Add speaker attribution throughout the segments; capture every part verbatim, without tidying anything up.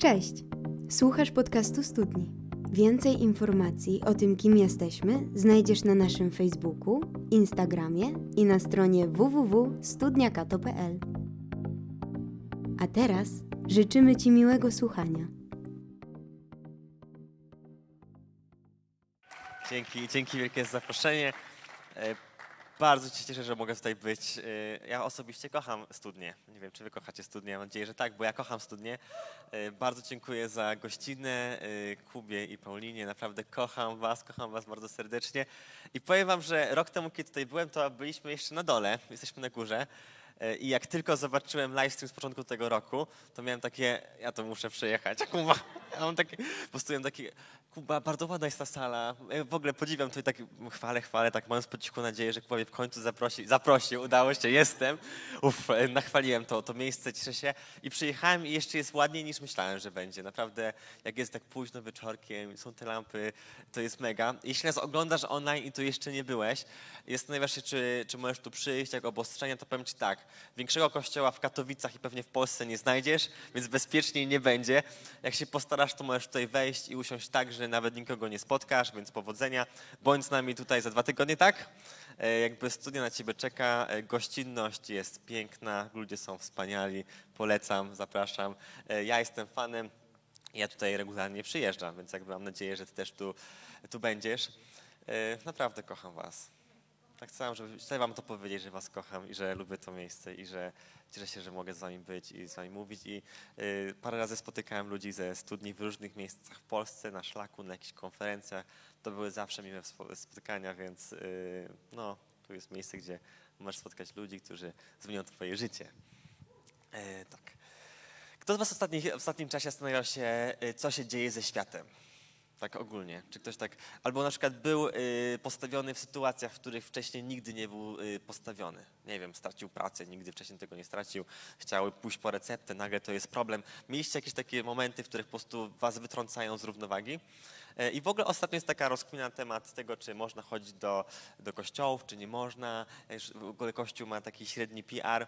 Speaker 1: Cześć! Słuchasz podcastu Studni. Więcej informacji o tym, kim jesteśmy, znajdziesz na naszym Facebooku, Instagramie i na stronie w w w kropka studniakato kropka p l. A teraz życzymy Ci miłego słuchania.
Speaker 2: Dzięki, dzięki wielkie za zaproszenie. Bardzo się cieszę, że mogę tutaj być. Ja osobiście kocham studnie. Nie wiem, czy wy kochacie studnie, mam nadzieję, że tak, bo ja kocham studnie. Bardzo dziękuję za gościnę Kubie i Paulinie. Naprawdę kocham was, kocham was bardzo serdecznie. I powiem wam, że rok temu, kiedy tutaj byłem, to byliśmy jeszcze na dole, jesteśmy na górze. I jak tylko zobaczyłem livestream z początku tego roku, to miałem takie, ja to muszę przejechać, Kuba. Ja mam takie, po prostu miałem takie, Kuba, bardzo ładna jest ta sala. Ja w ogóle podziwiam tutaj, tak chwalę, chwalę, tak mając po cichu nadzieję, że Kuba mnie w końcu zaprosi, zaprosił, udało się, jestem. Uff, nachwaliłem to, to miejsce, cieszę się. I przyjechałem i jeszcze jest ładniej niż myślałem, że będzie. Naprawdę, jak jest tak późno wieczorkiem, są te lampy, to jest mega. Jeśli nas oglądasz online i tu jeszcze nie byłeś, jest najważniejsze, czy, czy możesz tu przyjść, jak obostrzenia, to powiem ci tak. Większego kościoła w Katowicach i pewnie w Polsce nie znajdziesz, więc bezpieczniej nie będzie. Jak się postarasz, to możesz tutaj wejść i usiąść tak, że nawet nikogo nie spotkasz, więc powodzenia. Bądź z nami tutaj za dwa tygodnie, tak? Jakby studia na ciebie czeka, gościnność jest piękna, ludzie są wspaniali, polecam, zapraszam. Ja jestem fanem, ja tutaj regularnie przyjeżdżam, więc jakby mam nadzieję, że ty też tu, tu będziesz. Naprawdę kocham was. Tak chciałem, żeby chcę wam to powiedzieć, że was kocham i że lubię to miejsce i że cieszę się, że mogę z wami być i z wami mówić. I y, parę razy spotykałem ludzi ze studni w różnych miejscach w Polsce, na szlaku, na jakichś konferencjach. To były zawsze miłe spotkania, więc y, no, tu jest miejsce, gdzie możesz spotkać ludzi, którzy zmienią twoje życie. Y, tak. Kto z was w ostatnim, w ostatnim czasie zastanawiał się, co się dzieje ze światem? Tak ogólnie. Czy ktoś tak, albo na przykład był y, postawiony w sytuacjach, w których wcześniej nigdy nie był y, postawiony. Nie wiem, stracił pracę, nigdy wcześniej tego nie stracił, chciał pójść po receptę, nagle to jest problem. Mieliście jakieś takie momenty, w których po prostu was wytrącają z równowagi? Y, I w ogóle ostatnio jest taka rozkmina na temat tego, czy można chodzić do, do kościołów, czy nie można. W ogóle Kościół ma taki średni P R. Y,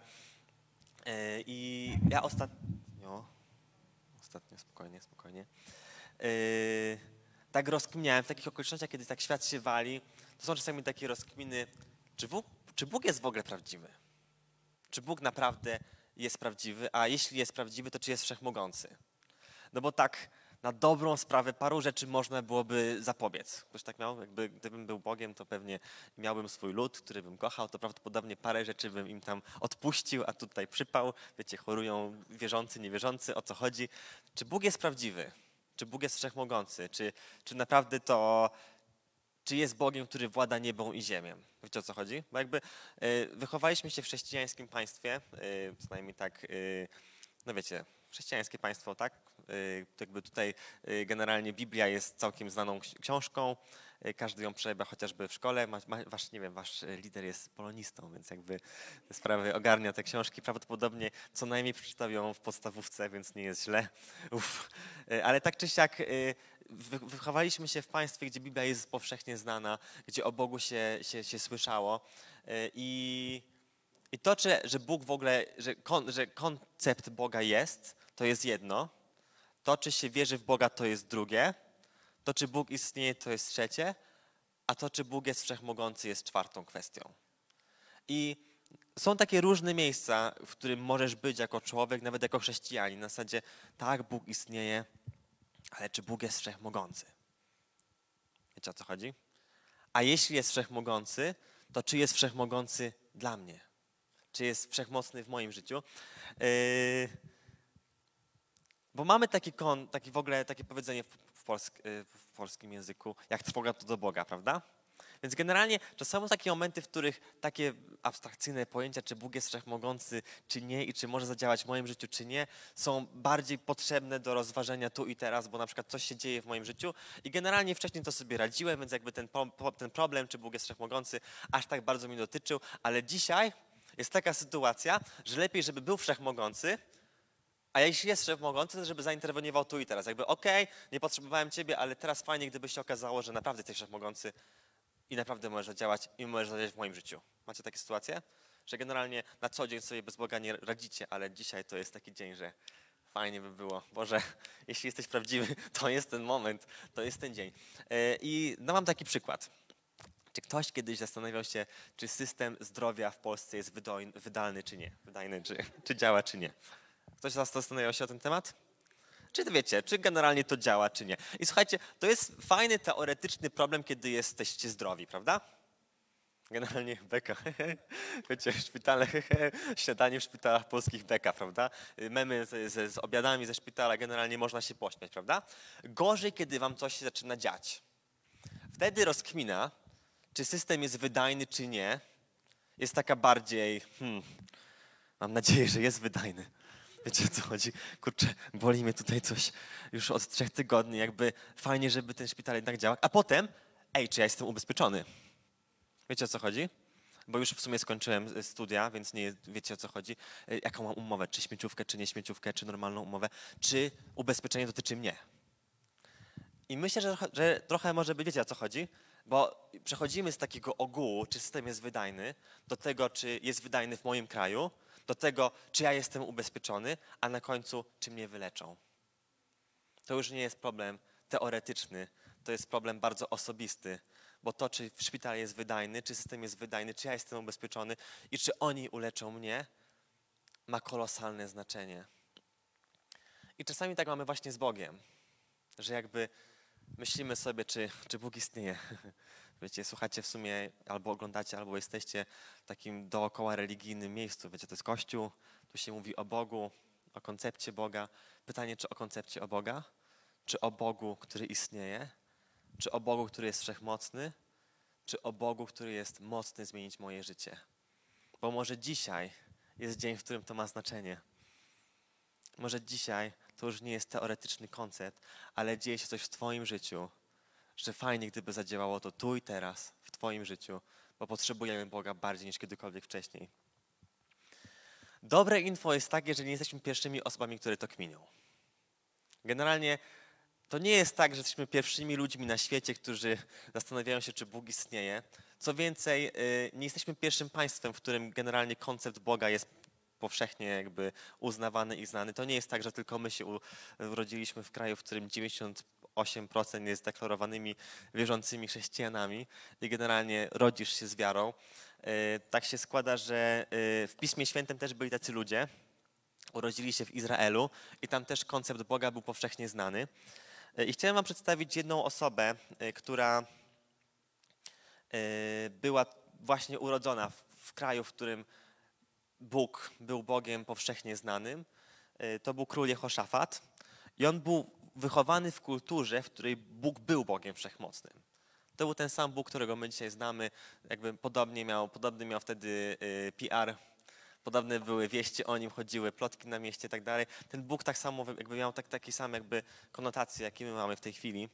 Speaker 2: I ja ostatnio, ostatnio, spokojnie, spokojnie, y, tak rozkminiałem w takich okolicznościach, kiedy tak świat się wali, to są czasami takie rozkminy, czy Bóg, czy Bóg jest w ogóle prawdziwy? Czy Bóg naprawdę jest prawdziwy? A jeśli jest prawdziwy, to czy jest wszechmogący? No bo tak na dobrą sprawę paru rzeczy można byłoby zapobiec. Ktoś tak miał? Jakby, gdybym był Bogiem, to pewnie miałbym swój lud, który bym kochał, to prawdopodobnie parę rzeczy bym im tam odpuścił, a tutaj przypał. Wiecie, chorują wierzący, niewierzący, o co chodzi? Czy Bóg jest prawdziwy? Czy Bóg jest wszechmogący? Czy, czy naprawdę to, czy jest Bogiem, który włada niebą i ziemią? Wiecie, o co chodzi? Bo jakby y, wychowaliśmy się w chrześcijańskim państwie, y, co najmniej tak, y, no wiecie, chrześcijańskie państwo, tak? Y, jakby tutaj y, generalnie Biblia jest całkiem znaną książką, y, każdy ją przejawia chociażby w szkole. Ma, ma, wasz, nie wiem, wasz lider jest polonistą, więc jakby te sprawy ogarnia te książki. Prawdopodobnie co najmniej przeczytał ją w podstawówce, więc nie jest źle. Uf. Y, ale tak czy siak y, wy, wychowaliśmy się w państwie, gdzie Biblia jest powszechnie znana, gdzie o Bogu się, się, się słyszało y, i I to, czy, że Bóg w ogóle, że, kon, że koncept Boga jest, to jest jedno. To, czy się wierzy w Boga, to jest drugie. To, czy Bóg istnieje, to jest trzecie. A to, czy Bóg jest wszechmogący, jest czwartą kwestią. I są takie różne miejsca, w którym możesz być jako człowiek, nawet jako chrześcijanin. Na zasadzie, tak, Bóg istnieje, ale czy Bóg jest wszechmogący? Wiecie, o co chodzi? A jeśli jest wszechmogący, to czy jest wszechmogący dla mnie? Czy jest wszechmocny w moim życiu? Yy, bo mamy taki, kon, taki w ogóle takie powiedzenie w, w, polsk, w polskim języku, jak trwoga to do Boga, prawda? Więc generalnie czasami są takie momenty, w których takie abstrakcyjne pojęcia, czy Bóg jest wszechmogący, czy nie i czy może zadziałać w moim życiu, czy nie, są bardziej potrzebne do rozważenia tu i teraz, bo na przykład coś się dzieje w moim życiu i generalnie wcześniej to sobie radziłem, więc jakby ten, ten problem, czy Bóg jest wszechmogący, aż tak bardzo mnie dotyczył, ale dzisiaj jest taka sytuacja, że lepiej, żeby był wszechmogący, a jeśli jest wszechmogący, to żeby zainterweniował tu i teraz. Jakby okej, okay, nie potrzebowałem ciebie, ale teraz fajnie, gdyby się okazało, że naprawdę jesteś wszechmogący i naprawdę możesz zadziałać i możesz zadziałać w moim życiu. Macie takie sytuacje? Że generalnie na co dzień sobie bez Boga nie radzicie, ale dzisiaj to jest taki dzień, że Fajnie by było. Boże, jeśli jesteś prawdziwy, to jest ten moment, to jest ten dzień. E, I no mam taki przykład. Czy ktoś kiedyś zastanawiał się, czy system zdrowia w Polsce jest wydoj- wydalny, czy nie? Wydajny, czy, czy działa, czy nie? Ktoś zastanawiał się o ten temat? Czy to wiecie, czy generalnie to działa, czy nie? I słuchajcie, to jest fajny, teoretyczny problem, kiedy jesteście zdrowi, prawda? Generalnie beka. Wiecie, szpitale, śniadanie w szpitalach polskich beka, prawda? Memy z, z, z obiadami ze szpitala, generalnie można się pośmiać, prawda? Gorzej, kiedy wam coś się zaczyna dziać. Wtedy rozkmina, czy system jest wydajny, czy nie, jest taka bardziej, hmm, mam nadzieję, że jest wydajny. Wiecie, o co chodzi? Kurczę, boli mnie tutaj coś już od trzech tygodni, jakby fajnie, żeby ten szpital jednak działał. A potem, ej, czy ja jestem ubezpieczony? Wiecie, o co chodzi? Bo już w sumie skończyłem studia, więc nie wiecie, o co chodzi. Jaką mam umowę? Czy śmieciówkę, czy nie śmieciówkę, czy normalną umowę? Czy ubezpieczenie dotyczy mnie? I myślę, że, że trochę może być, wiecie, o co chodzi? Bo przechodzimy z takiego ogółu, czy system jest wydajny, do tego, czy jest wydajny w moim kraju, do tego, czy ja jestem ubezpieczony, a na końcu, czy mnie wyleczą. To już nie jest problem teoretyczny, to jest problem bardzo osobisty, bo to, czy szpital jest wydajny, czy system jest wydajny, czy ja jestem ubezpieczony i czy oni uleczą mnie, ma kolosalne znaczenie. I czasami tak mamy właśnie z Bogiem, że jakby myślimy sobie, czy, czy Bóg istnieje. Wiecie, słuchacie w sumie, albo oglądacie, albo jesteście w takim dookoła religijnym miejscu. Wiecie, to jest Kościół, tu się mówi o Bogu, o koncepcie Boga. Pytanie, czy o koncepcie o Boga, czy o Bogu, który istnieje, czy o Bogu, który jest wszechmocny, czy o Bogu, który jest mocny zmienić moje życie. Bo może dzisiaj jest dzień, w którym to ma znaczenie. Może dzisiaj to już nie jest teoretyczny koncept, ale dzieje się coś w twoim życiu, że fajnie, gdyby zadziałało to tu i teraz, w twoim życiu, bo potrzebujemy Boga bardziej niż kiedykolwiek wcześniej. Dobre info jest takie, że nie jesteśmy pierwszymi osobami, które to kminią. Generalnie to nie jest tak, że jesteśmy pierwszymi ludźmi na świecie, którzy zastanawiają się, czy Bóg istnieje. Co więcej, nie jesteśmy pierwszym państwem, w którym generalnie koncept Boga jest powszechnie jakby uznawany i znany. To nie jest tak, że tylko my się urodziliśmy w kraju, w którym dziewięćdziesiąt osiem procent jest deklarowanymi wierzącymi chrześcijanami i generalnie rodzisz się z wiarą. Tak się składa, że w Piśmie Świętym też byli tacy ludzie. Urodzili się w Izraelu i tam też koncept Boga był powszechnie znany. I chciałem wam przedstawić jedną osobę, która była właśnie urodzona w kraju, w którym Bóg był Bogiem powszechnie znanym. To był król Jehoszafat i on był wychowany w kulturze, w której Bóg był Bogiem wszechmocnym. To był ten sam Bóg, którego my dzisiaj znamy. Jakby podobnie miał, podobny miał wtedy P R, podobne były wieści o nim, chodziły plotki na mieście i tak dalej. Ten Bóg tak samo jakby miał tak, taki sam jakby konotacje, jakie my mamy w tej chwili.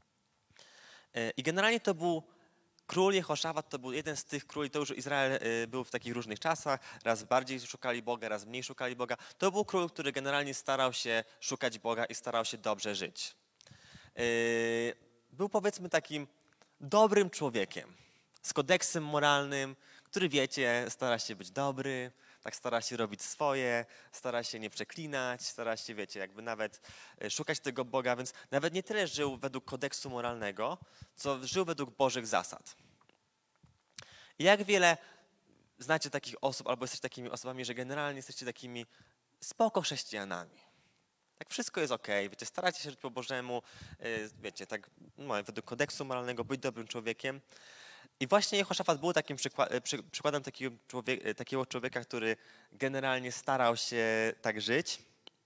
Speaker 2: I generalnie to był król Jehoszafat, to był jeden z tych króli, to już Izrael był w takich różnych czasach, raz bardziej szukali Boga, raz mniej szukali Boga. To był król, który generalnie starał się szukać Boga i starał się dobrze żyć. Był powiedzmy takim dobrym człowiekiem, z kodeksem moralnym, który wiecie, stara się być dobry, tak stara się robić swoje, stara się nie przeklinać, stara się, wiecie, jakby nawet szukać tego Boga, więc nawet nie tyle żył według kodeksu moralnego, co żył według Bożych zasad. I jak wiele znacie takich osób, albo jesteście takimi osobami, że generalnie jesteście takimi spoko chrześcijanami. Tak wszystko jest okej, wiecie, staracie się żyć po Bożemu, wiecie, tak no, według kodeksu moralnego, być dobrym człowiekiem. I właśnie Jehoszafat był takim przykład, przy, przykładem takiego, człowiek, takiego człowieka, który generalnie starał się tak żyć.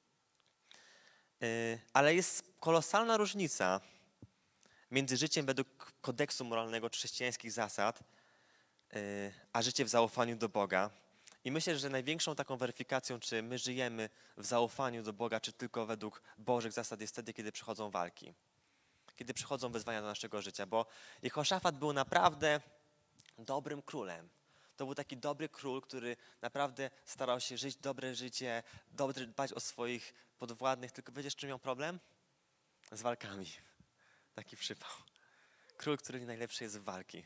Speaker 2: Ale jest kolosalna różnica między życiem według kodeksu moralnego, chrześcijańskich zasad, a życie w zaufaniu do Boga. I myślę, że największą taką weryfikacją, czy my żyjemy w zaufaniu do Boga, czy tylko według Bożych zasad, jest wtedy, kiedy przychodzą walki. Kiedy przychodzą wyzwania do naszego życia, bo Jehoszafat był naprawdę dobrym królem. To był taki dobry król, który naprawdę starał się żyć dobre życie, dobrze dbać o swoich podwładnych, tylko wiecie, z czym miał problem? Z walkami. Taki przypał. Król, który nie najlepszy jest w walki.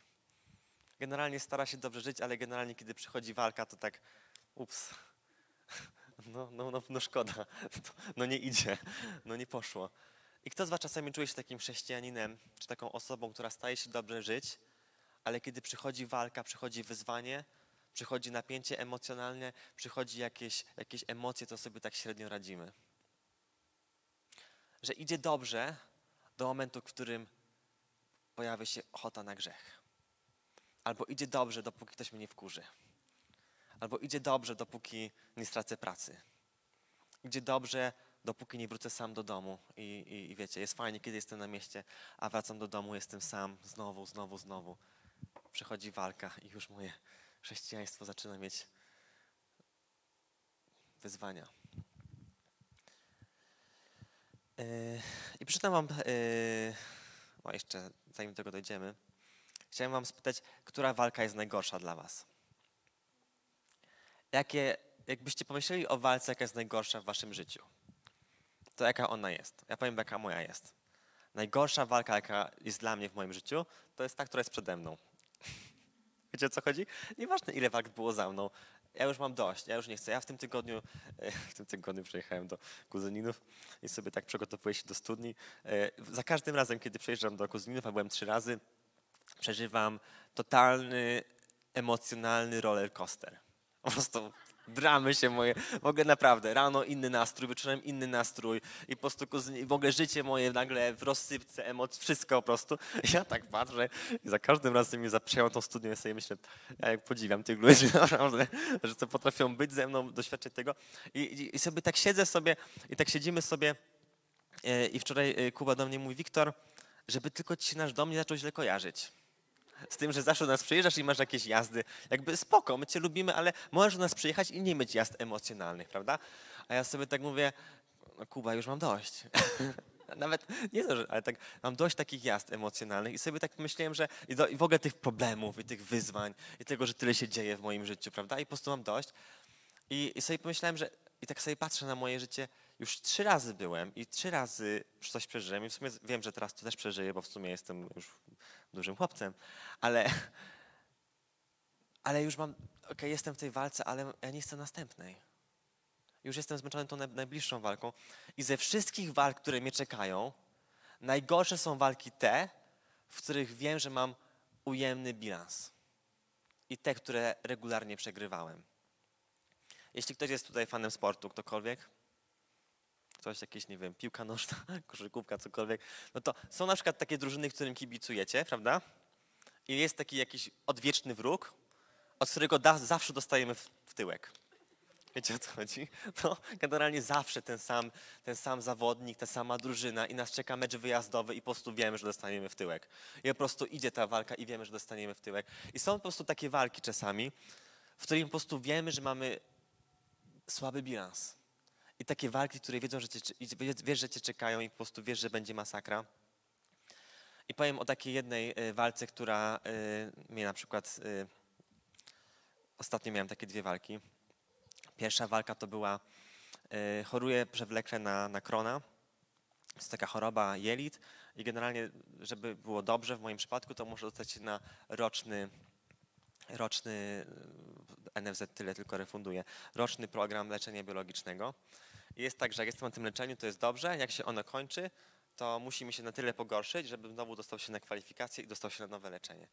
Speaker 2: Generalnie stara się dobrze żyć, ale generalnie kiedy przychodzi walka, to tak ups, No, no, no, no szkoda, no nie idzie, no nie poszło. I kto z was czasami czuje się takim chrześcijaninem, czy taką osobą, która staje się dobrze żyć, ale kiedy przychodzi walka, przychodzi wyzwanie, przychodzi napięcie emocjonalne, przychodzi jakieś, jakieś emocje, to sobie tak średnio radzimy. Że idzie dobrze do momentu, w którym pojawia się ochota na grzech. Albo idzie dobrze, dopóki ktoś mnie nie wkurzy. Albo idzie dobrze, dopóki nie stracę pracy. Idzie dobrze, dopóki nie wrócę sam do domu. I, i, I wiecie, jest fajnie, kiedy jestem na mieście, a wracam do domu, jestem sam, znowu, znowu, znowu. Przychodzi walka i już moje chrześcijaństwo zaczyna mieć wyzwania. Yy, I przeczytam wam, yy, o jeszcze zanim do tego dojdziemy, chciałem wam spytać, która walka jest najgorsza dla was? Jakie, jakbyście pomyśleli o walce, jaka jest najgorsza w waszym życiu, to jaka ona jest? Ja powiem, jaka moja jest. Najgorsza walka, jaka jest dla mnie w moim życiu, to jest ta, która jest przede mną. Wiecie, o co chodzi? Nieważne, ile walk było za mną. Ja już mam dość, ja już nie chcę. Ja w tym tygodniu, w tym tygodniu przyjechałem do kuzyninów i sobie tak przygotowuję się do studni. Za każdym razem, kiedy przyjeżdżam do kuzyninów, a byłem trzy razy, przeżywam totalny, emocjonalny roller coaster. Po prostu dramy się moje, w ogóle naprawdę, rano inny nastrój, wieczorem inny nastrój i po prostu kuzyni, w ogóle życie moje nagle w rozsypce emocji, wszystko po prostu. Ja tak patrzę i za każdym razem mi zaprzyjał tą studnię, ja sobie myślę, ja jak podziwiam tych ludzi naprawdę, że to potrafią być ze mną, doświadczyć tego. I, i, i sobie tak siedzę sobie i tak siedzimy sobie e, i wczoraj e, Kuba do mnie mówi, Wiktor, żeby tylko ci się nasz dom nie zaczął źle kojarzyć. Z tym, że zawsze do nas przyjeżdżasz i masz jakieś jazdy. Jakby spoko, my cię lubimy, ale możesz do nas przyjechać i nie mieć jazd emocjonalnych, prawda? A ja sobie tak mówię, no Kuba, już mam dość. Nawet nie to, że, ale tak mam dość takich jazd emocjonalnych i sobie tak pomyślałem, że i, do, i w ogóle tych problemów, i tych wyzwań, i tego, że tyle się dzieje w moim życiu, prawda? I po prostu mam dość. I, i sobie pomyślałem, że i tak sobie patrzę na moje życie, już trzy razy byłem i trzy razy coś przeżyłem i w sumie wiem, że teraz to też przeżyję, bo w sumie jestem już dużym chłopcem, ale, ale już mam, okej, okay, jestem w tej walce, ale ja nie chcę następnej. Już jestem zmęczony tą najbliższą walką i ze wszystkich walk, które mnie czekają, najgorsze są walki te, w których wiem, że mam ujemny bilans i te, które regularnie przegrywałem. Jeśli ktoś jest tutaj fanem sportu, ktokolwiek, ktoś jakieś, nie wiem, piłka nożna, koszykówka, cokolwiek, no to są na przykład takie drużyny, którym kibicujecie, prawda? I jest taki jakiś odwieczny wróg, od którego da, zawsze dostajemy w, w tyłek. Wiecie, o co chodzi? No, generalnie zawsze ten sam, ten sam zawodnik, ta sama drużyna i nas czeka mecz wyjazdowy i po prostu wiemy, że dostaniemy w tyłek. I po prostu idzie ta walka i wiemy, że dostaniemy w tyłek. I są po prostu takie walki czasami, w których po prostu wiemy, że mamy słaby bilans. I takie walki, które wiedzą, że cię, wiesz, że cię czekają i po prostu wiesz, że będzie masakra. I powiem o takiej jednej walce, która mnie na przykład... Ostatnio miałem takie dwie walki. Pierwsza walka to była, choruję przewlekle na, na Krona. Jest taka choroba jelit i generalnie, żeby było dobrze w moim przypadku, to muszę dostać się na roczny, roczny, N F Z tyle tylko refunduje, roczny program leczenia biologicznego. I jest tak, że jak jestem na tym leczeniu, to jest dobrze, jak się ono kończy, to musi mi się na tyle pogorszyć, żebym znowu dostał się na kwalifikacje i dostał się na nowe leczenie.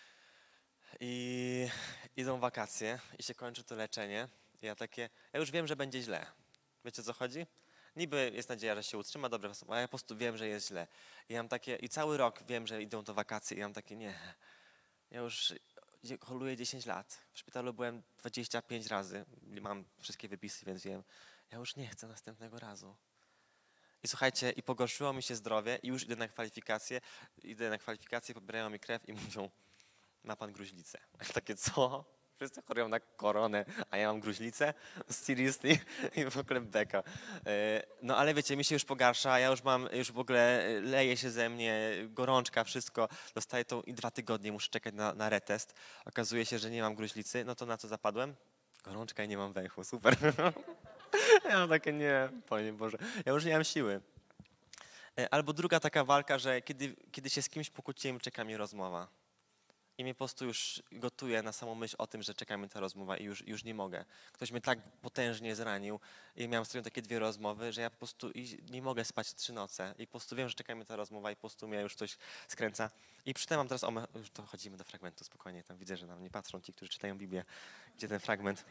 Speaker 2: I idą wakacje i się kończy to leczenie. I ja takie, ja już wiem, że będzie źle. Wiecie, o co chodzi? Niby jest nadzieja, że się utrzyma dobrze, a ja po prostu wiem, że jest źle. I ja mam takie, i cały rok wiem, że idą to wakacje i ja mam takie, nie, ja już choluję dziesięć lat. W szpitalu byłem dwadzieścia pięć razy. Mam wszystkie wypisy, więc wiem, ja już nie chcę następnego razu. I słuchajcie, i pogorszyło mi się zdrowie i już idę na kwalifikacje, idę na kwalifikacje, pobierają mi krew i mówią, ma pan gruźlicę. Takie co? Wszyscy chorują na koronę, a ja mam gruźlicę? Seriously? I w ogóle beka. No ale wiecie, mi się już pogarsza, ja już mam, już w ogóle leje się ze mnie, gorączka, wszystko. Dostaję to i dwa tygodnie muszę czekać na, na retest. Okazuje się, że nie mam gruźlicy. No to na co zapadłem? Gorączka i nie mam węchu. Super. Ja mam takie, nie, Panie Boże, ja już nie mam siły. Albo druga taka walka, że kiedy, kiedy się z kimś pokłóciłem, czeka mnie rozmowa. I mnie po prostu już gotuje na samą myśl o tym, że czeka mnie ta rozmowa i już, już nie mogę. Ktoś mnie tak potężnie zranił i miałem z tym takie dwie rozmowy, że ja po prostu i nie mogę spać trzy noce i po prostu wiem, że czeka mnie ta rozmowa i po prostu mnie już coś skręca. I przeczytam wam teraz o... me- Już dochodzimy do fragmentu, spokojnie, tam widzę, że na mnie patrzą ci, którzy czytają Biblię, gdzie ten fragment.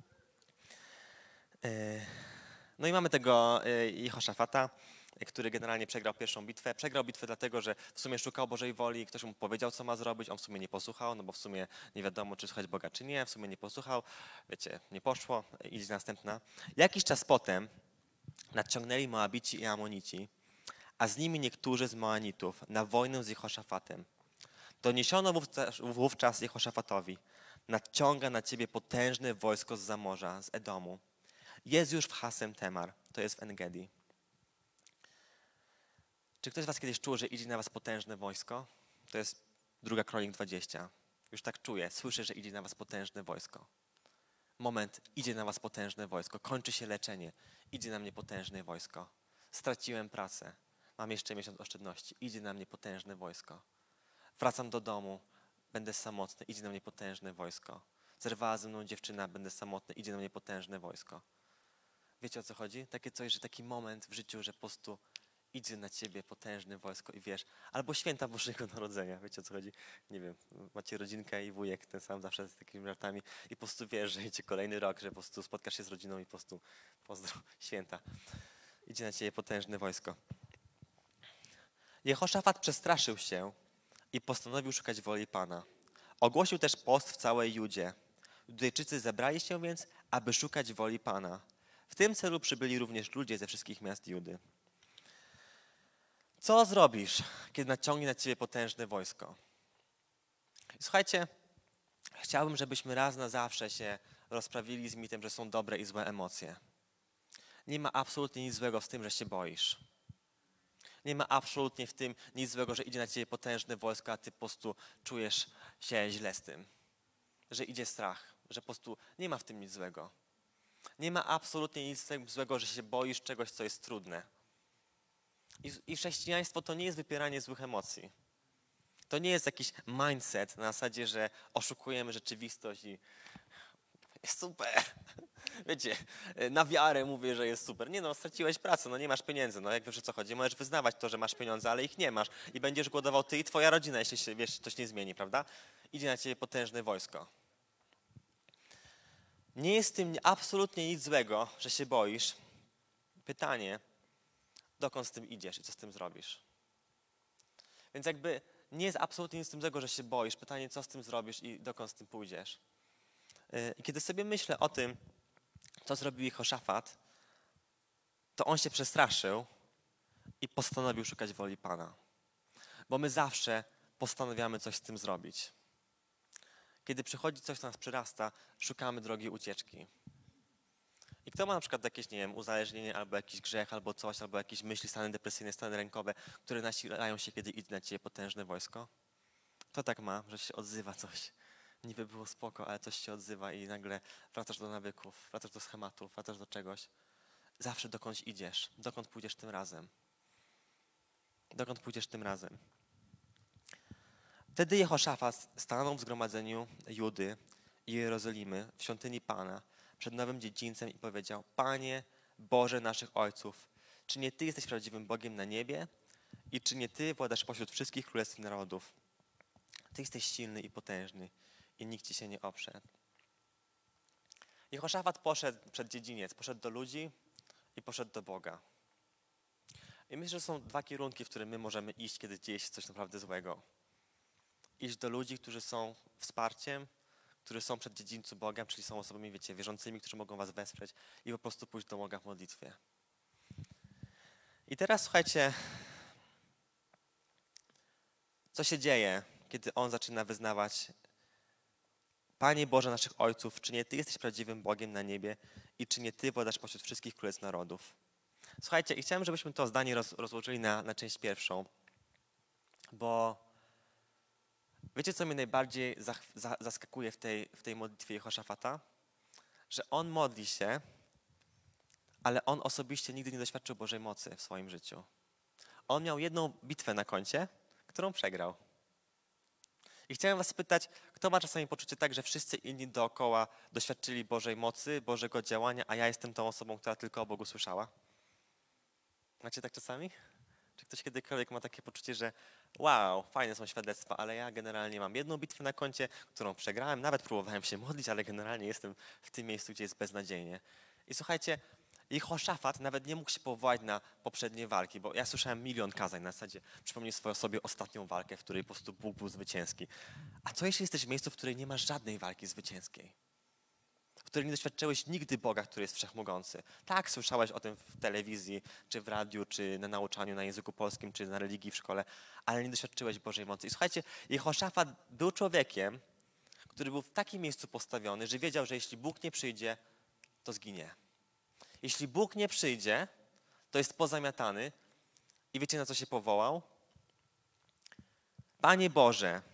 Speaker 2: E, No i mamy tego e, Jehoszafata, który generalnie przegrał pierwszą bitwę. Przegrał bitwę dlatego, że w sumie szukał Bożej woli, ktoś mu powiedział, co ma zrobić, on w sumie nie posłuchał, no bo w sumie nie wiadomo, czy słuchać Boga, czy nie, w sumie nie posłuchał, wiecie, nie poszło, idzie następna. Jakiś czas potem nadciągnęli Moabici i Amonici, a z nimi niektórzy z Moanitów na wojnę z Jehoszafatem. Doniesiono wówczas, wówczas Jehoszafatowi, nadciąga na ciebie potężne wojsko z zamorza, z Edomu. Jest już w Hasem Temar, to jest w Engedi. Czy ktoś z was kiedyś czuł, że idzie na was potężne wojsko? To jest druga Kronik dwadzieścia. Już tak czuję, słyszę, że idzie na was potężne wojsko. Moment, idzie na was potężne wojsko, kończy się leczenie, idzie na mnie potężne wojsko. Straciłem pracę, mam jeszcze miesiąc oszczędności, idzie na mnie potężne wojsko. Wracam do domu, będę samotny, idzie na mnie potężne wojsko. Zerwała ze mną dziewczyna, będę samotny, idzie na mnie potężne wojsko. Wiecie, o co chodzi? Takie coś, że taki moment w życiu, że po prostu idzie na ciebie potężne wojsko i wiesz, albo święta Bożego Narodzenia, wiecie, o co chodzi? Nie wiem, macie rodzinkę i wujek ten sam zawsze z takimi żartami i po prostu wiesz, że idzie kolejny rok, że po prostu spotkasz się z rodziną i po prostu pozdro, święta. Idzie na ciebie potężne wojsko. Jehoszafat przestraszył się i postanowił szukać woli Pana. Ogłosił też post w całej Judzie. Judejczycy zebrali się więc, aby szukać woli Pana. W tym celu przybyli również ludzie ze wszystkich miast Judy. Co zrobisz, kiedy naciągnie na ciebie potężne wojsko? Słuchajcie, chciałbym, żebyśmy raz na zawsze się rozprawili z mitem, że są dobre i złe emocje. Nie ma absolutnie nic złego w tym, że się boisz. Nie ma absolutnie w tym nic złego, że idzie na ciebie potężne wojsko, a ty po prostu czujesz się źle z tym. Że idzie strach, że po prostu nie ma w tym nic złego. Nie ma absolutnie nic złego, że się boisz czegoś, co jest trudne. I, I chrześcijaństwo to nie jest wypieranie złych emocji. To nie jest jakiś mindset na zasadzie, że oszukujemy rzeczywistość i jest super. Wiecie, na wiarę mówię, że jest super. Nie no, straciłeś pracę, no nie masz pieniędzy, no jak wiesz, o co chodzi. Możesz wyznawać to, że masz pieniądze, ale ich nie masz i będziesz głodował ty i twoja rodzina, jeśli się, wiesz, coś nie zmieni, prawda? Idzie na ciebie potężne wojsko. Nie jest w tym absolutnie nic złego, że się boisz. Pytanie, dokąd z tym idziesz i co z tym zrobisz? Więc jakby nie jest absolutnie nic z tym złego, że się boisz. Pytanie, co z tym zrobisz i dokąd z tym pójdziesz. I kiedy sobie myślę o tym, co zrobił Jehoszafat, to on się przestraszył i postanowił szukać woli Pana. Bo my zawsze postanawiamy coś z tym zrobić. Kiedy przychodzi coś, co nas przyrasta, szukamy drogi ucieczki. I kto ma na przykład jakieś, nie wiem, uzależnienie, albo jakiś grzech, albo coś, albo jakieś myśli, stany depresyjne, stany rękowe, które nasilają się, kiedy idzie na ciebie potężne wojsko? Kto tak ma, że się odzywa coś? Niby było spoko, ale coś się odzywa i nagle wracasz do nawyków, wracasz do schematów, wracasz do czegoś. Zawsze dokądś idziesz. Dokąd pójdziesz tym razem? Dokąd pójdziesz tym razem? Wtedy Jehoszafat stanął w zgromadzeniu Judy i Jerozolimy w świątyni Pana przed nowym dziedzińcem i powiedział: Panie Boże naszych ojców, czy nie Ty jesteś prawdziwym Bogiem na niebie i czy nie Ty władasz pośród wszystkich królestw narodów? Ty jesteś silny i potężny i nikt Ci się nie oprze. Jehoszafat poszedł przed dziedziniec, poszedł do ludzi i poszedł do Boga. I myślę, że są dwa kierunki, w które my możemy iść, kiedy dzieje się coś naprawdę złego. Iść do ludzi, którzy są wsparciem, którzy są przed dziedzińcu Boga, czyli są osobami, wiecie, wierzącymi, którzy mogą was wesprzeć i po prostu pójść do Boga w modlitwie. I teraz słuchajcie, co się dzieje, kiedy on zaczyna wyznawać: Panie Boże naszych ojców, czy nie Ty jesteś prawdziwym Bogiem na niebie i czy nie Ty władasz pośród wszystkich królestw narodów? Słuchajcie, i chciałem, żebyśmy to zdanie roz, rozłożyli na, na część pierwszą, bo wiecie, co mnie najbardziej zach, za, zaskakuje w tej, w tej modlitwie Jehoszafata? Że on modli się, ale on osobiście nigdy nie doświadczył Bożej mocy w swoim życiu. On miał jedną bitwę na koncie, którą przegrał. I chciałem was spytać, kto ma czasami poczucie tak, że wszyscy inni dookoła doświadczyli Bożej mocy, Bożego działania, a ja jestem tą osobą, która tylko o Bogu słyszała? Macie tak czasami? Czy ktoś kiedykolwiek ma takie poczucie, że wow, fajne są świadectwa, ale ja generalnie mam jedną bitwę na koncie, którą przegrałem, nawet próbowałem się modlić, ale generalnie jestem w tym miejscu, gdzie jest beznadziejnie. I słuchajcie, Jehoszafat nawet nie mógł się powołać na poprzednie walki, bo ja słyszałem milion kazań na zasadzie, przypomnij sobie sobie ostatnią walkę, w której po prostu Bóg był zwycięski. A co jeśli jesteś w miejscu, w której nie masz żadnej walki zwycięskiej? W której nie doświadczyłeś nigdy Boga, który jest wszechmogący. Tak, słyszałeś o tym w telewizji, czy w radiu, czy na nauczaniu na języku polskim, czy na religii w szkole, ale nie doświadczyłeś Bożej mocy. I słuchajcie, Jehoszafat był człowiekiem, który był w takim miejscu postawiony, że wiedział, że jeśli Bóg nie przyjdzie, to zginie. Jeśli Bóg nie przyjdzie, to jest pozamiatany. I wiecie, na co się powołał? Panie Boże,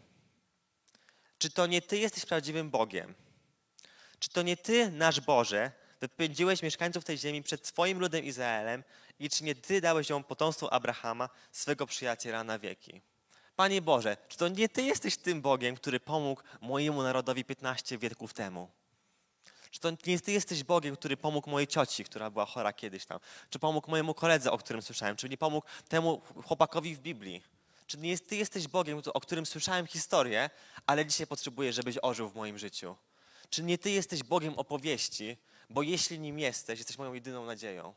Speaker 2: czy to nie Ty jesteś prawdziwym Bogiem? Czy to nie Ty, nasz Boże, wypędziłeś mieszkańców tej ziemi przed swoim ludem Izraelem i czy nie Ty dałeś ją potomstwu Abrahama, swego przyjaciela na wieki? Panie Boże, czy to nie Ty jesteś tym Bogiem, który pomógł mojemu narodowi piętnaście wieków temu? Czy to nie Ty jesteś Bogiem, który pomógł mojej cioci, która była chora kiedyś tam? Czy pomógł mojemu koledze, o którym słyszałem? Czy nie pomógł temu chłopakowi w Biblii? Czy nie Ty jesteś Bogiem, o którym słyszałem historię, ale dzisiaj potrzebuję, żebyś ożył w moim życiu? Czy nie Ty jesteś Bogiem opowieści, bo jeśli nim jesteś, jesteś moją jedyną nadzieją?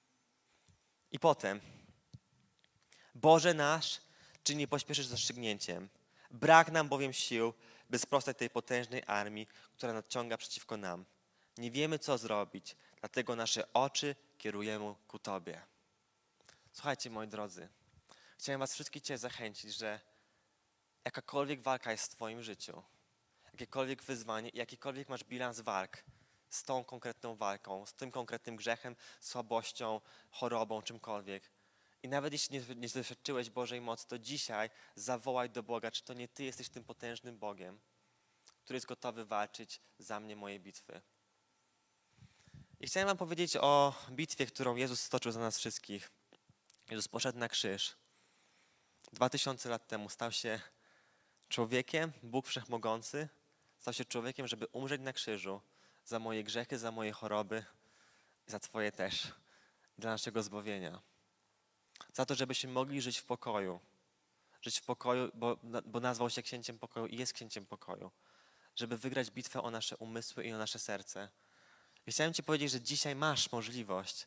Speaker 2: I potem, Boże nasz, czy nie pośpieszysz z rozstrzygnięciem? Brak nam bowiem sił, by sprostać tej potężnej armii, która nadciąga przeciwko nam. Nie wiemy, co zrobić, dlatego nasze oczy kierujemy ku Tobie. Słuchajcie, moi drodzy, chciałem was wszystkich Cię zachęcić, że jakakolwiek walka jest w Twoim życiu, jakiekolwiek wyzwanie, jakikolwiek masz bilans walk z tą konkretną walką, z tym konkretnym grzechem, słabością, chorobą, czymkolwiek. I nawet jeśli nie, nie doświadczyłeś Bożej mocy, to dzisiaj zawołaj do Boga, czy to nie Ty jesteś tym potężnym Bogiem, który jest gotowy walczyć za mnie moje bitwy. I chciałem wam powiedzieć o bitwie, którą Jezus stoczył za nas wszystkich. Jezus poszedł na krzyż. Dwa tysiące lat temu stał się człowiekiem, Bóg Wszechmogący, stał się człowiekiem, żeby umrzeć na krzyżu za moje grzechy, za moje choroby, za Twoje też, dla naszego zbawienia. Za to, żebyśmy mogli żyć w pokoju. Żyć w pokoju, bo, bo nazwał się księciem pokoju i jest księciem pokoju. Żeby wygrać bitwę o nasze umysły i o nasze serce. I chciałem Ci powiedzieć, że dzisiaj masz możliwość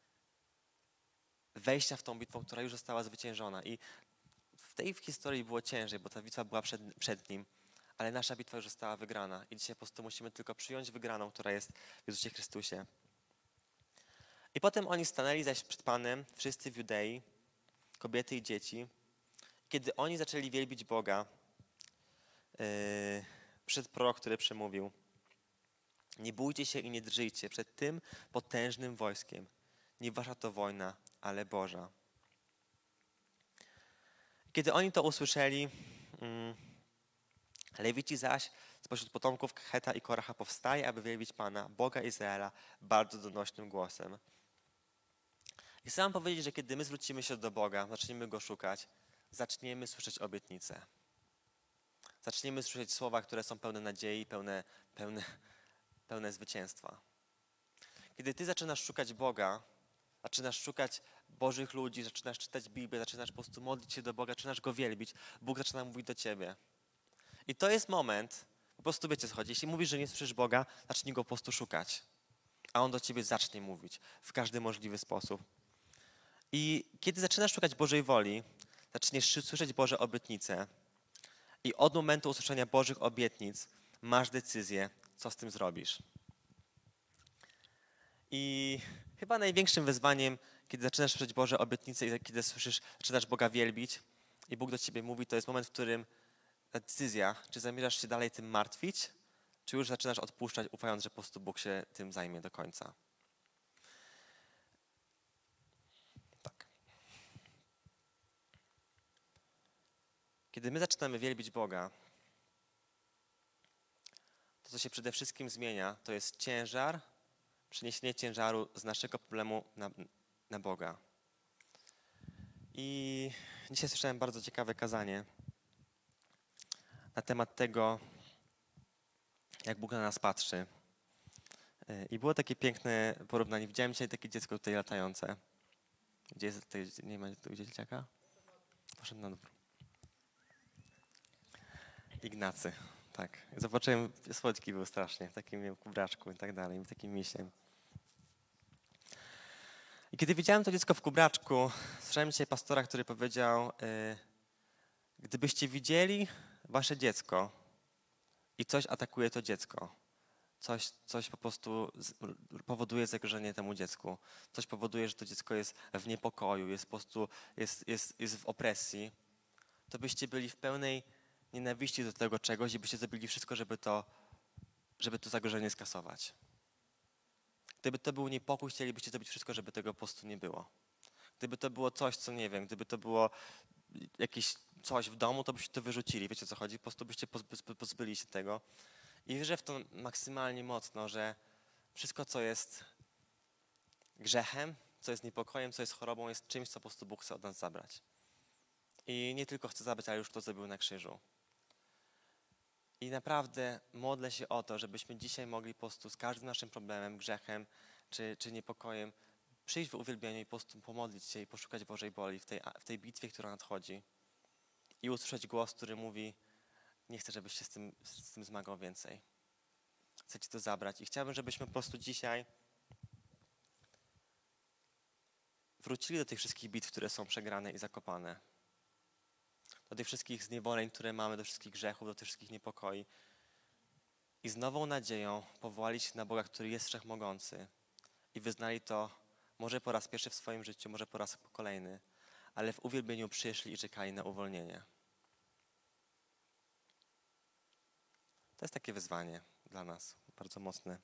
Speaker 2: wejścia w tą bitwę, która już została zwyciężona. I w tej historii było ciężej, bo ta bitwa była przed, przed nim, ale nasza bitwa już została wygrana. I dzisiaj po prostu musimy tylko przyjąć wygraną, która jest w Jezusie Chrystusie. I potem oni stanęli zaś przed Panem, wszyscy w Judei, kobiety i dzieci. Kiedy oni zaczęli wielbić Boga, yy, przyszedł prorok, który przemówił: nie bójcie się i nie drżyjcie przed tym potężnym wojskiem. Nie wasza to wojna, ale Boża. Kiedy oni to usłyszeli, mm, Lewici zaś spośród potomków Heta i Koracha powstaje, aby wielbić Pana, Boga Izraela, bardzo donośnym głosem. I chcę wam powiedzieć, że kiedy my zwrócimy się do Boga, zaczniemy Go szukać, zaczniemy słyszeć obietnice. Zaczniemy słyszeć słowa, które są pełne nadziei, pełne, pełne, pełne zwycięstwa. Kiedy ty zaczynasz szukać Boga, zaczynasz szukać Bożych ludzi, zaczynasz czytać Biblię, zaczynasz po prostu modlić się do Boga, zaczynasz Go wielbić, Bóg zaczyna mówić do ciebie. I to jest moment, po prostu wiecie co chodzi, jeśli mówisz, że nie słyszysz Boga, zacznij Go po prostu szukać. A On do ciebie zacznie mówić w każdy możliwy sposób. I kiedy zaczynasz szukać Bożej woli, zaczniesz słyszeć Boże obietnice i od momentu usłyszenia Bożych obietnic masz decyzję, co z tym zrobisz. I chyba największym wyzwaniem, kiedy zaczynasz słyszeć Boże obietnice i kiedy słyszysz, zaczynasz Boga wielbić i Bóg do ciebie mówi, to jest moment, w którym ta decyzja, czy zamierzasz się dalej tym martwić, czy już zaczynasz odpuszczać, ufając, że po prostu Bóg się tym zajmie do końca. Tak. Kiedy my zaczynamy wielbić Boga, to co się przede wszystkim zmienia, to jest ciężar, przeniesienie ciężaru z naszego problemu na, na Boga. I dzisiaj słyszałem bardzo ciekawe kazanie na temat tego, jak Bóg na nas patrzy. I było takie piękne porównanie. Widziałem dzisiaj takie dziecko tutaj latające. Gdzie jest tutaj, nie ma tu dzieciaka? Poszedł na dół. Ignacy, tak. Zobaczyłem, słodki był strasznie, w takim wiem, kubraczku i tak dalej, takim misiem. I kiedy widziałem to dziecko w kubraczku, słyszałem dzisiaj pastora, który powiedział, y, gdybyście widzieli wasze dziecko i coś atakuje to dziecko, coś, coś po prostu z, powoduje zagrożenie temu dziecku, coś powoduje, że to dziecko jest w niepokoju, jest po prostu jest, jest, jest w opresji, to byście byli w pełnej nienawiści do tego czegoś i byście zrobili wszystko, żeby to, żeby to zagrożenie skasować. Gdyby to był niepokój, chcielibyście zrobić wszystko, żeby tego po prostu nie było. Gdyby to było coś, co nie wiem, gdyby to było jakieś coś w domu, to byście to wyrzucili. Wiecie, o co chodzi? Po prostu byście pozbyli się tego. I wierzę w to maksymalnie mocno, że wszystko, co jest grzechem, co jest niepokojem, co jest chorobą, jest czymś, co po prostu Bóg chce od nas zabrać. I nie tylko chce zabrać, ale już to zrobił na krzyżu. I naprawdę modlę się o to, żebyśmy dzisiaj mogli po prostu z każdym naszym problemem, grzechem czy, czy niepokojem przyjść w uwielbieniu i po prostu pomodlić się i poszukać Bożej woli w tej, w tej bitwie, która nadchodzi. I usłyszeć głos, który mówi, nie chcę, żebyś się z tym, z tym zmagał więcej. Chcę Ci to zabrać. I chciałbym, żebyśmy po prostu dzisiaj wrócili do tych wszystkich bitw, które są przegrane i zakopane. Do tych wszystkich zniewoleń, które mamy, do wszystkich grzechów, do tych wszystkich niepokoi. I z nową nadzieją powołali się na Boga, który jest wszechmogący. I wyznali to może po raz pierwszy w swoim życiu, może po raz kolejny, ale w uwielbieniu przyszli i czekali na uwolnienie. To jest takie wyzwanie dla nas, bardzo mocne.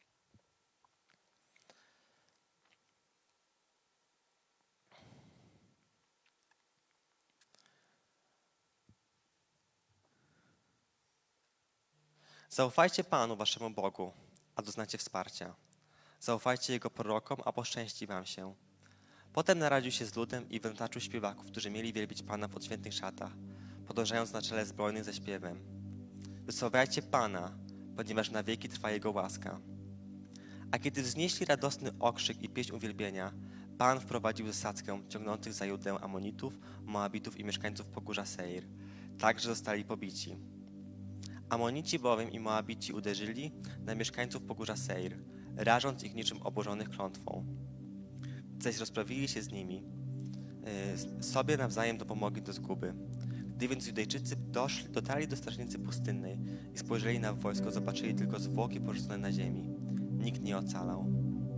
Speaker 2: Zaufajcie Panu, waszemu Bogu, a doznacie wsparcia. Zaufajcie Jego prorokom, a poszczęści wam się. Potem naradził się z ludem i wyznaczył śpiewaków, którzy mieli wielbić Pana w odświętnych szatach, podążając na czele zbrojnych ze śpiewem. Wysławiajcie Pana, ponieważ na wieki trwa Jego łaska. A kiedy wznieśli radosny okrzyk i pieśń uwielbienia, Pan wprowadził zasadzkę ciągnących za Judę Amonitów, Moabitów i mieszkańców Pogórza Seir, tak, że zostali pobici. Amonici bowiem i Moabici uderzyli na mieszkańców Pogórza Seir, rażąc ich niczym obłożonych klątwą. Zaś rozprawili się z nimi, yy, sobie nawzajem dopomogli do zguby. Gdy więc Judejczycy doszli, dotarli do strażnicy pustynnej i spojrzeli na wojsko, zobaczyli tylko zwłoki porzucone na ziemi. Nikt nie ocalał.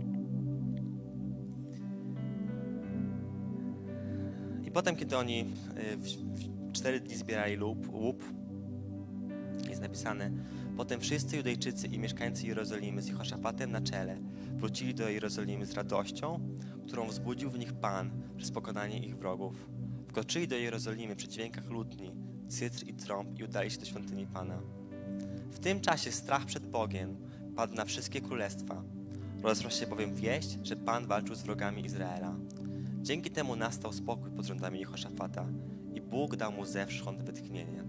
Speaker 2: I potem, kiedy oni yy, w, w cztery dni zbierali łup, łup, jest napisane, potem wszyscy Judejczycy i mieszkańcy Jerozolimy z Jehoszafatem na czele wrócili do Jerozolimy z radością, którą wzbudził w nich Pan przez pokonanie ich wrogów. Wkroczyli do Jerozolimy przy dźwiękach lutni, cytr i trąb i udali się do świątyni Pana. W tym czasie strach przed Bogiem padł na wszystkie królestwa. Rozeszła się bowiem wieść, że Pan walczył z wrogami Izraela. Dzięki temu nastał spokój pod rządami Jehoszafata i Bóg dał mu zewsząd wytchnienie.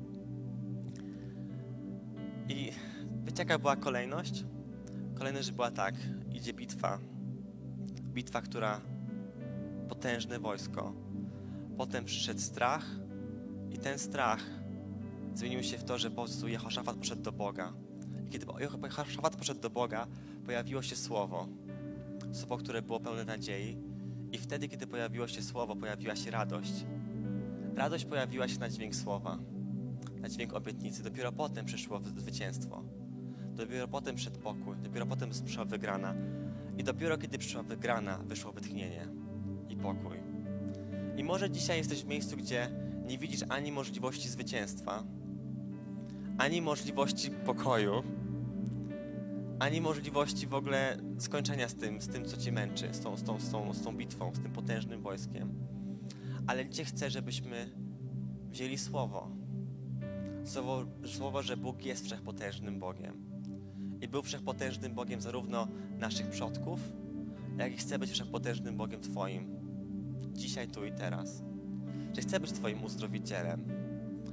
Speaker 2: I wiecie, jaka była kolejność? Kolejność była tak, idzie bitwa. Bitwa, która potężne wojsko. Potem przyszedł strach i ten strach zmienił się w to, że po prostu Jehoszafat poszedł do Boga. I kiedy Jehoszafat poszedł do Boga, pojawiło się słowo. Słowo, które było pełne nadziei. I wtedy, kiedy pojawiło się słowo, pojawiła się radość. Radość pojawiła się na dźwięk słowa, na dźwięk obietnicy. Dopiero potem przyszło zwycięstwo. Dopiero potem przyszedł pokój. Dopiero potem przyszła wygrana. I dopiero kiedy przyszła wygrana, wyszło wytchnienie i pokój. I może dzisiaj jesteś w miejscu, gdzie nie widzisz ani możliwości zwycięstwa, ani możliwości pokoju, ani możliwości w ogóle skończenia z tym, z tym, co cię męczy, z tą, z tą, z tą, z tą bitwą, z tym potężnym wojskiem. Ale dzisiaj chcę, żebyśmy wzięli słowo. Słowo, słowo, że Bóg jest wszechpotężnym Bogiem. I był wszechpotężnym Bogiem zarówno naszych przodków, jak i chce być wszechpotężnym Bogiem Twoim. Dzisiaj, tu i teraz. Że chce być Twoim uzdrowicielem.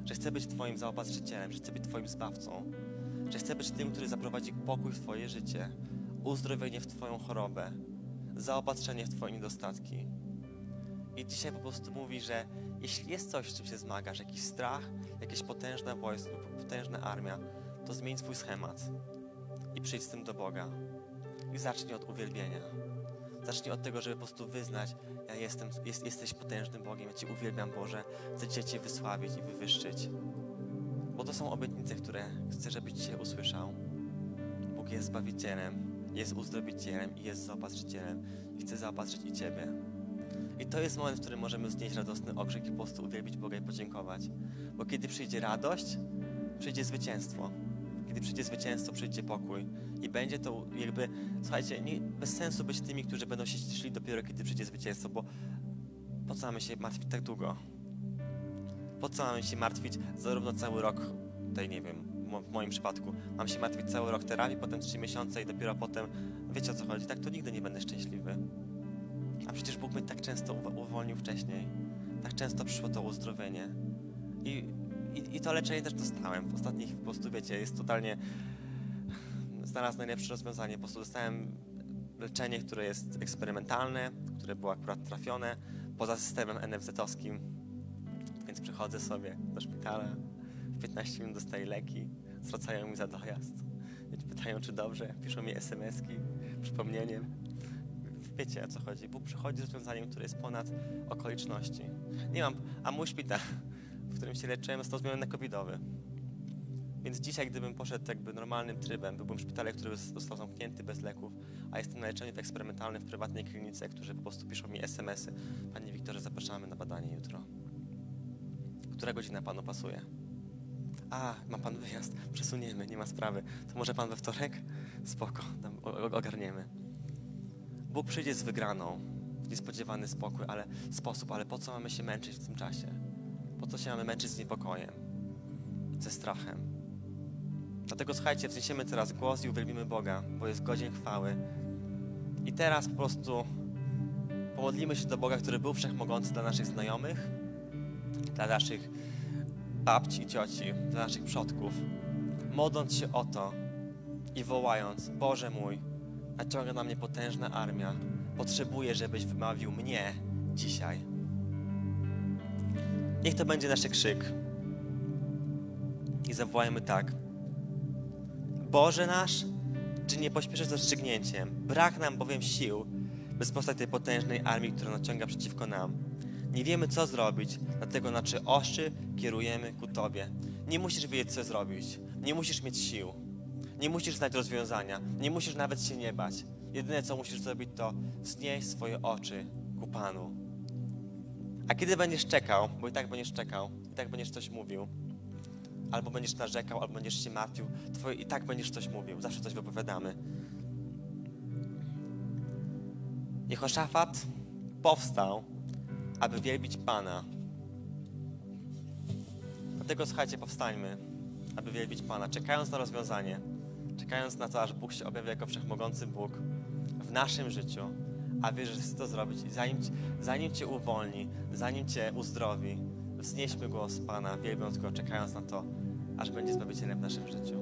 Speaker 2: że chcę być Twoim zaopatrzycielem, że chcę być Twoim zbawcą, że chcę być tym, który zaprowadzi pokój w Twoje życie, uzdrowienie w Twoją chorobę, zaopatrzenie w Twoje niedostatki. I dzisiaj po prostu mówi, że jeśli jest coś, z czym się zmagasz, jakiś strach, jakieś potężne wojsko, potężna armia, to zmień swój schemat i przyjdź z tym do Boga. I zacznij od uwielbienia. Zacznij od tego, żeby po prostu wyznać, ja jestem, jest, jesteś potężnym Bogiem, ja Cię uwielbiam, Boże, chcę Cię wysławić i wywyższyć. Bo to są obietnice, które chcę, żebyś Cię usłyszał. Bóg jest Zbawicielem, jest Uzdrowicielem i jest Zaopatrzycielem i chce zaopatrzyć i Ciebie. I to jest moment, w którym możemy wznieść radosny okrzyk i po prostu uwielbić Boga i podziękować. Bo kiedy przyjdzie radość, przyjdzie zwycięstwo. Kiedy przyjdzie zwycięstwo, przyjdzie pokój. I będzie to jakby, słuchajcie, nie, bez sensu być tymi, którzy będą się cieszyli dopiero, kiedy przyjdzie zwycięstwo, bo po co mamy się martwić tak długo? Po co mamy się martwić zarówno cały rok, tutaj nie wiem, w moim przypadku, mam się martwić cały rok terapii, potem trzy miesiące i dopiero potem, wiecie o co chodzi, tak to nigdy nie będę szczęśliwy. A przecież Bóg mnie tak często uwolnił wcześniej, tak często przyszło to uzdrowienie. I, i, i to leczenie też dostałem. W ostatnich po prostu, wiecie, jest totalnie, znalazłem najlepsze rozwiązanie. Po prostu dostałem leczenie, które jest eksperymentalne, które było akurat trafione, poza systemem en ef zet-owskim. Więc przychodzę sobie do szpitala, w piętnaście minut dostaję leki, zwracają mi za dojazd. Pytają, czy dobrze, piszą mi es em eski, przypomnieniem. Wiecie, o co chodzi. Bóg przychodzi z rozwiązaniem, które jest ponad okoliczności. Nie mam, a mój szpital, w którym się leczyłem, został zmieniony na covidowy. Więc dzisiaj, gdybym poszedł jakby normalnym trybem, byłbym w szpitalu, który został zamknięty bez leków, a jestem na leczeniu eksperymentalnym w prywatnej klinice, którzy po prostu piszą mi es em esy. Panie Wiktorze, zapraszamy na badanie jutro. Która godzina Panu pasuje? A, ma Pan wyjazd, przesuniemy, nie ma sprawy. To może Pan we wtorek? Spoko, tam ogarniemy. Bóg przyjdzie z wygraną, w niespodziewany spokój, ale sposób, ale po co mamy się męczyć w tym czasie? Po co się mamy męczyć z niepokojem, ze strachem? Dlatego słuchajcie, wzniesiemy teraz głos i uwielbimy Boga, bo jest godzien chwały. I teraz po prostu pomodlimy się do Boga, który był wszechmogący dla naszych znajomych, dla naszych babci i cioci, dla naszych przodków, modląc się o to i wołając, Boże mój, naciąga na mnie potężna armia. Potrzebuję, żebyś wymawił mnie dzisiaj. Niech to będzie nasz krzyk. I zawołajmy tak. Boże nasz, czy nie pośpieszysz z rozstrzygnięciem? Brak nam bowiem sił, by sprostać tej potężnej armii, która naciąga przeciwko nam. Nie wiemy, co zrobić, dlatego nasze oczy kierujemy ku Tobie. Nie musisz wiedzieć, co zrobić. Nie musisz mieć sił. Nie musisz znać rozwiązania, nie musisz nawet się nie bać. Jedyne, co musisz zrobić, to wznieść swoje oczy ku Panu. A kiedy będziesz czekał, bo i tak będziesz czekał, i tak będziesz coś mówił, albo będziesz narzekał, albo będziesz się martwił, twoje, i tak będziesz coś mówił, zawsze coś wypowiadamy. Jehoszafat powstał, aby wielbić Pana. Dlatego, słuchajcie, powstańmy, aby wielbić Pana, czekając na rozwiązanie. Czekając na to, aż Bóg się objawi jako wszechmogący Bóg w naszym życiu, a wiesz, że chce to zrobić. Zanim, zanim Cię uwolni, zanim Cię uzdrowi, wznieśmy głos Pana, wielbiąc Go, czekając na to, aż będzie Zbawicielem w naszym życiu.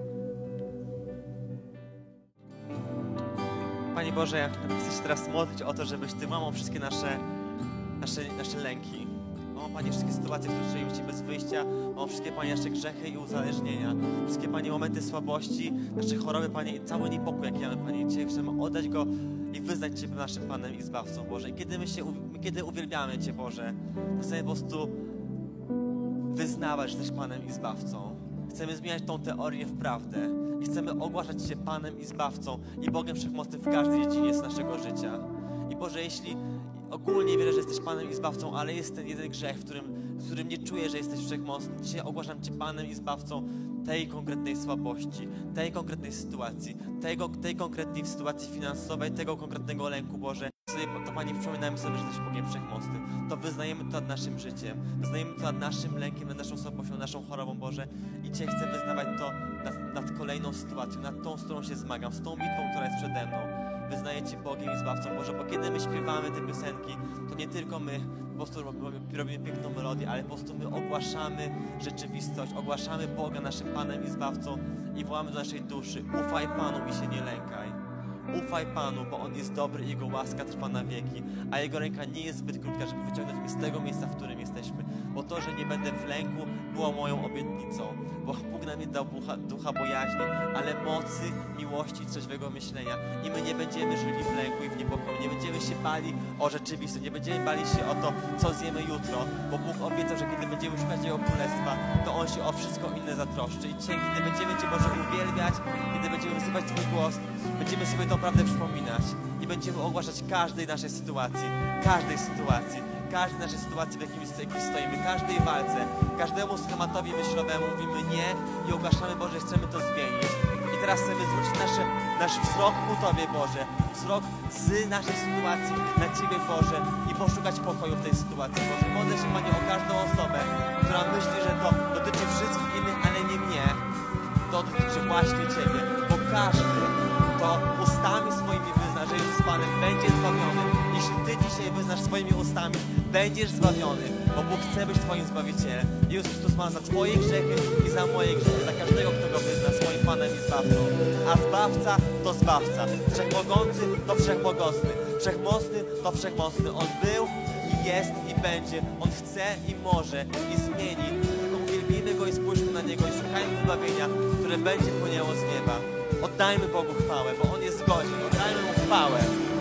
Speaker 2: Panie Boże, ja chcę się teraz modlić o to, żebyś Ty łamał wszystkie nasze, nasze, nasze lęki. O, Panie, wszystkie sytuacje, w których żyjemy Ci bez wyjścia. O, wszystkie, Panie, nasze grzechy i uzależnienia. Wszystkie, Panie, momenty słabości, nasze choroby, Panie, i cały niepokój, jaki mamy, Panie. Dzisiaj chcemy oddać Go i wyznać Ciebie naszym Panem i Zbawcą, Boże. I kiedy my się, kiedy uwielbiamy Cię, Boże, to chcemy po prostu wyznawać, że jesteś Panem i Zbawcą. Chcemy zmieniać tą teorię w prawdę. I chcemy ogłaszać Cię Panem i Zbawcą i Bogiem Wszechmocnym w każdej dziedzinie z naszego życia. I Boże, jeśli ogólnie wierzę, że jesteś Panem i Zbawcą, ale jest ten jeden grzech, w którym, w którym nie czuję, że jesteś wszechmocny. Dzisiaj ogłaszam Cię Panem i Zbawcą tej konkretnej słabości, tej konkretnej sytuacji, tego, tej konkretnej sytuacji finansowej, tego konkretnego lęku, Boże. Sobie, to, Panie, przypominajmy sobie, że jesteś Bogiem Wszechmocnym. To wyznajemy to nad naszym życiem, wyznajemy to nad naszym lękiem, nad naszą słabością, nad naszą chorobą, Boże. I Cię chcę wyznawać to nad, nad kolejną sytuacją, nad tą, z którą się zmagam, z tą bitwą, która jest przede mną. Wyznaję Cię Bogiem i Zbawcą, Boże, bo kiedy my śpiewamy te piosenki, to nie tylko my po prostu robimy, robimy piękną melodię, ale po prostu my ogłaszamy rzeczywistość, ogłaszamy Boga naszym Panem i Zbawcą i wołamy do naszej duszy: ufaj Panu i się nie lękaj. Ufaj Panu, bo On jest dobry i Jego łaska trwa na wieki, a Jego ręka nie jest zbyt krótka, żeby wyciągnąć mnie z tego miejsca, w którym jesteśmy. Bo to, że nie będę w lęku, było moją obietnicą. Bo Bóg nam nie dał ducha, ducha bojaźni, ale mocy, miłości i trzeźwego myślenia. I my nie będziemy żyli w lęku i w niepokoju. Nie będziemy się bali o rzeczywistość, nie będziemy bali się o to, co zjemy jutro. Bo Bóg obiecał, że kiedy będziemy szukać Jego Królestwa, to On się o wszystko inne zatroszczy. I dzisiaj, kiedy będziemy Cię, Boże, uwielbiać, kiedy będziemy wysyłać Twój głos, będziemy sobie tą prawdę przypominać i będziemy ogłaszać każdej naszej sytuacji, każdej sytuacji, każdej naszej sytuacji, w jakiej stoimy, każdej walce, każdemu schematowi myślowemu mówimy nie i ogłaszamy: Boże, chcemy to zmienić. I teraz chcemy zwrócić nasze, nasz wzrok ku Tobie, Boże, wzrok z naszej sytuacji na Ciebie, Boże, i poszukać pokoju w tej sytuacji, Boże. Modlę się, Panie, o każdą osobę, która myśli, że to dotyczy wszystkich innych, ale nie mnie. To dotyczy właśnie Ciebie, bo każdy, to ustami swoimi wyzna, że Jezus Panem, będzie zbawiony. Jeśli Ty dzisiaj wyznasz swoimi ustami, będziesz zbawiony, bo Bóg chce być Twoim Zbawicielem. Jezus Chrystus ma za Twoje grzechy i za moje grzechy, za każdego, kto Go wyzna swoim Panem i Zbawcą. A Zbawca to Zbawca, Wszechmogący to Wszechmogący, Wszechmocny to Wszechmocny. On był i jest i będzie. On chce i może i zmieni. Tylko uwielbijmy Go i spójrzmy na Niego i szukajmy wybawienia, które będzie płynęło z nieba. Oddajmy Bogu chwałę, bo On jest godzien. Oddajmy Mu chwałę.